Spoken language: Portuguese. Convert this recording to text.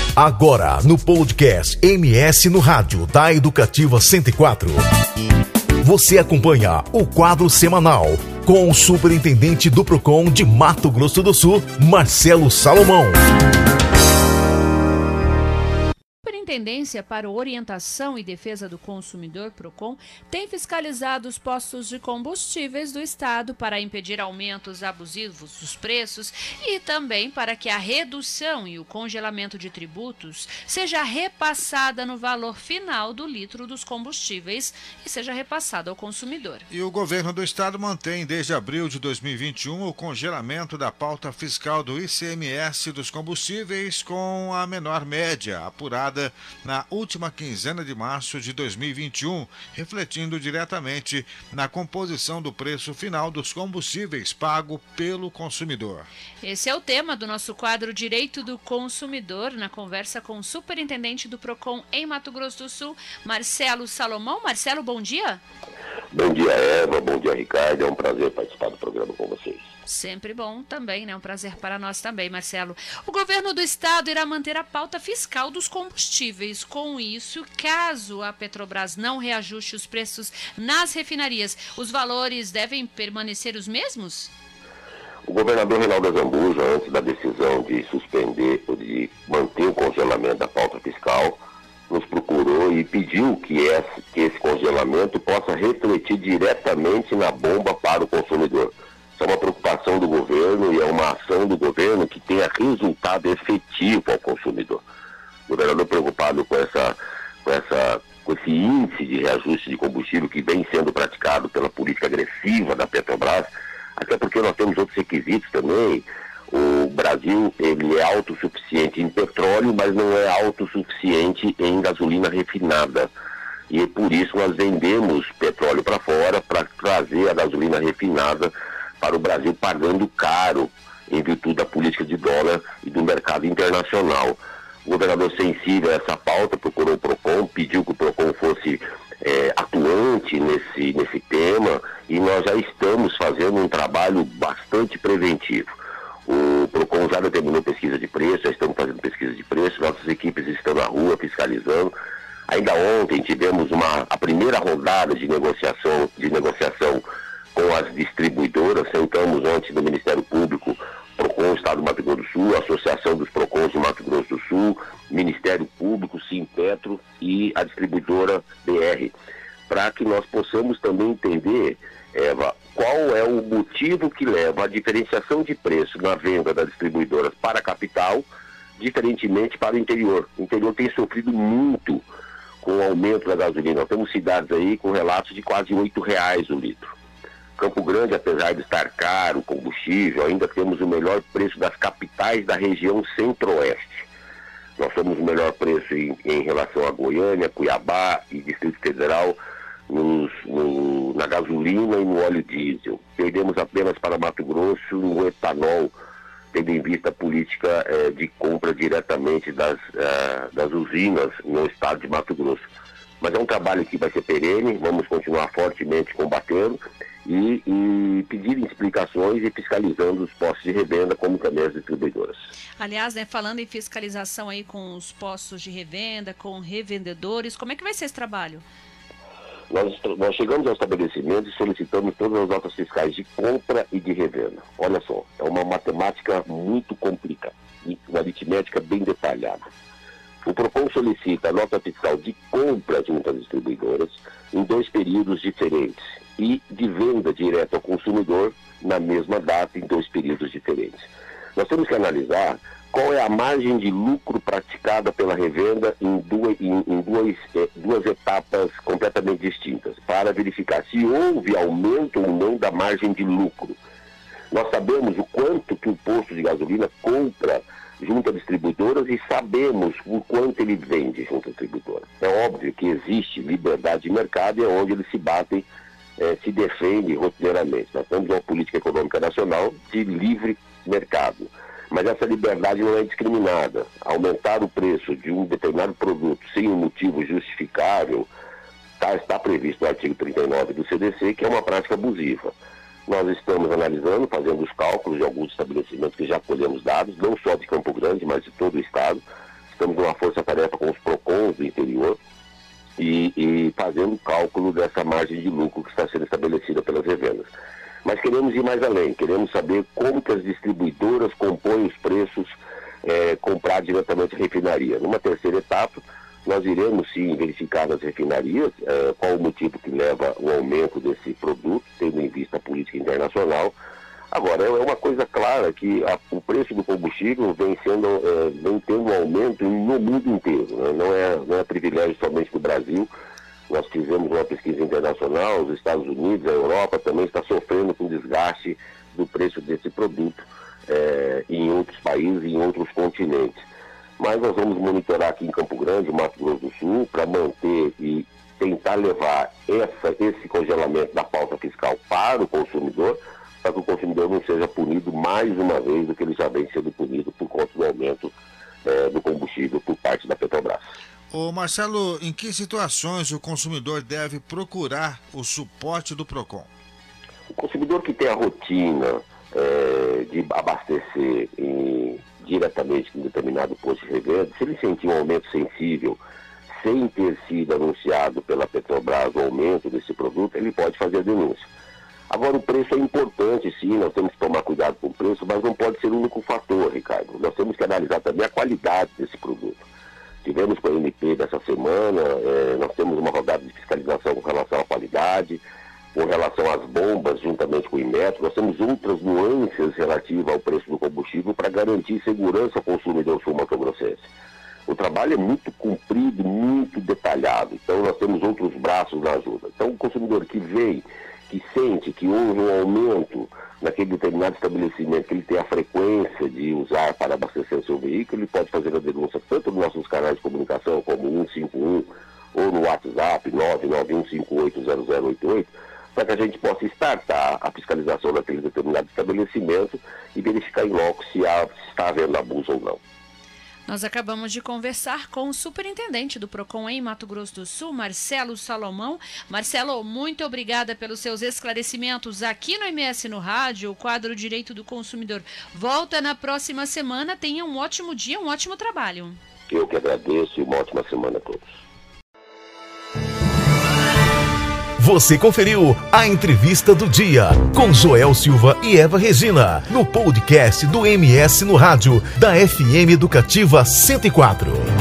Agora, no podcast MS no Rádio da Educativa 104. Você acompanha o quadro semanal com o superintendente do PROCON de Mato Grosso do Sul, Marcelo Salomão. Superintendência para Orientação e Defesa do Consumidor, PROCON, tem fiscalizado os postos de combustíveis do estado para impedir aumentos abusivos dos preços e também para que a redução e o congelamento de tributos seja repassada no valor final do litro dos combustíveis e seja repassada ao consumidor. E o governo do estado mantém desde abril de 2021 o congelamento da pauta fiscal do ICMS dos combustíveis com a menor média apurada na última quinzena de março de 2021, refletindo diretamente na composição do preço final dos combustíveis pago pelo consumidor. Esse é o tema do nosso quadro Direito do Consumidor, na conversa com o superintendente do PROCON em Mato Grosso do Sul, Marcelo Salomão. Marcelo, bom dia. Bom dia, Eva. Bom dia, Ricardo. É um prazer participar do programa com vocês. Sempre bom também, né? Um prazer para nós também, Marcelo. O governo do estado irá manter a pauta fiscal dos combustíveis. Com isso, caso a Petrobras não reajuste os preços nas refinarias, os valores devem permanecer os mesmos? O governador Reinaldo Azambuja, antes da decisão de suspender ou de manter o congelamento da pauta fiscal, nos procurou e pediu que esse congelamento possa refletir diretamente na bomba para o consumidor. Isso é uma preocupação do governo e é uma ação do governo que tenha resultado efetivo ao consumidor. O governador preocupado com esse índice de reajuste de combustível que vem sendo praticado pela política agressiva da Petrobras, até porque nós temos outros requisitos também. O Brasil, ele é autossuficiente em petróleo, mas não é autossuficiente em gasolina refinada. E por isso nós vendemos petróleo para fora para trazer a gasolina refinada para o Brasil, pagando caro em virtude da política de dólar e do mercado internacional. O governador, sensível a essa pauta, procurou o PROCON, pediu que o PROCON fosse atuante nesse tema, e nós já estamos fazendo um trabalho bastante preventivo. O PROCON já determinou pesquisa de preço, já estamos fazendo pesquisa de preço, nossas equipes estão na rua fiscalizando. Ainda ontem tivemos a primeira rodada de negociação com as distribuidoras. Sentamos ontem no Ministério Público, PROCON Estado do Mato Grosso do Sul, Associação dos PROCONs de Mato Grosso do Sul, Ministério Público, Simpetro e a distribuidora BR, para que nós possamos também entender, Eva, qual é o motivo que leva à diferenciação de preço na venda das distribuidoras para a capital, diferentemente para o interior. O interior tem sofrido muito com o aumento da gasolina. Nós temos cidades aí com relatos de quase R$8 o litro. Campo Grande, apesar de estar caro o combustível, ainda temos o melhor preço das capitais da região centro-oeste. Nós somos o melhor preço em relação a Goiânia, Cuiabá e Distrito Federal na gasolina e no óleo diesel. Perdemos apenas para Mato Grosso no etanol, tendo em vista a política de compra diretamente das usinas no estado de Mato Grosso. Mas é um trabalho que vai ser perene, vamos continuar fortemente combatendo e pedir explicações e fiscalizando os postos de revenda, como também as distribuidoras. Aliás, né, falando em fiscalização aí com os postos de revenda, com revendedores, como é que vai ser esse trabalho? Nós chegamos ao estabelecimento e solicitamos todas as notas fiscais de compra e de revenda. Olha só, é uma matemática muito complicada, uma aritmética bem detalhada. O PROCON solicita a nota fiscal de compra junto às distribuidoras em 2 períodos diferentes e de venda direta ao consumidor na mesma data em 2 períodos diferentes. Nós temos que analisar qual é a margem de lucro praticada pela revenda em duas etapas completamente distintas, para verificar se houve aumento ou não da margem de lucro. Nós sabemos o quanto que o posto de gasolina compra junto a distribuidoras e sabemos o quanto ele vende junto à distribuidora. É óbvio que existe liberdade de mercado e é onde eles se batem, se defendem rotineiramente. Nós temos uma política econômica nacional de livre mercado. Mas essa liberdade não é discriminada. Aumentar o preço de um determinado produto sem um motivo justificável está previsto no artigo 39 do CDC, que é uma prática abusiva. Nós estamos analisando, fazendo os cálculos de alguns estabelecimentos que já colhemos dados, não só de Campo Grande, mas de todo o estado. estamos numa força-tarefa com os PROCONs do interior e fazendo o cálculo dessa margem de lucro que está sendo estabelecida pelas revendas. Mas queremos ir mais além, queremos saber como que as distribuidoras compõem os preços comprar diretamente a refinaria. Numa terceira etapa, nós iremos sim verificar nas refinarias qual o motivo que leva o aumento desse produto, tendo em vista a política internacional. Agora, é uma coisa clara que o preço do combustível vem tendo um aumento no mundo inteiro, né? Não é privilégio somente do Brasil. Nós fizemos uma pesquisa internacional, os Estados Unidos, a Europa também está sofrendo com o desgaste do preço desse produto em outros países e em outros continentes. Mas nós vamos monitorar aqui em Campo Grande, Mato Grosso do Sul, para manter e tentar levar esse congelamento da pauta fiscal para o consumidor, para que o consumidor não seja punido mais uma vez do que ele já vem sendo punido por conta do aumento do combustível por parte da Petrobras. Ô Marcelo, em que situações o consumidor deve procurar o suporte do PROCON? O consumidor que tem a rotina de abastecer diretamente em determinado posto de revenda, se ele sentir um aumento sensível sem ter sido anunciado pela Petrobras o aumento desse produto, ele pode fazer a denúncia. Agora, o preço é importante, sim, nós temos que tomar cuidado com o preço, mas não pode ser o único fator, Ricardo. Nós temos que analisar também a qualidade desse produto. Tivemos com a MP dessa semana, nós temos uma rodada de fiscalização com relação à qualidade, com relação às bombas, juntamente com o Inmetro. Nós temos outras nuances relativas ao preço do combustível para garantir segurança ao consumidor sul-mato-grossense. O trabalho é muito comprido, muito detalhado, então nós temos outros braços na ajuda. Então, o consumidor que vem, que sente que houve um aumento naquele determinado estabelecimento, que ele tem a frequência de usar para abastecer o seu veículo, ele pode fazer a denúncia tanto nos nossos canais de comunicação, como 151, ou no WhatsApp 991580088, para que a gente possa startar a fiscalização daquele determinado estabelecimento e verificar em loco se está havendo abuso ou não. Nós acabamos de conversar com o superintendente do PROCON em Mato Grosso do Sul, Marcelo Salomão. Marcelo, muito obrigada pelos seus esclarecimentos aqui no MS no Rádio. O quadro Direito do Consumidor volta na próxima semana. Tenha um ótimo dia, um ótimo trabalho. Eu que agradeço e uma ótima semana a todos. Você conferiu a entrevista do dia com Joel Silva e Eva Regina no podcast do MS no Rádio da FM Educativa 104.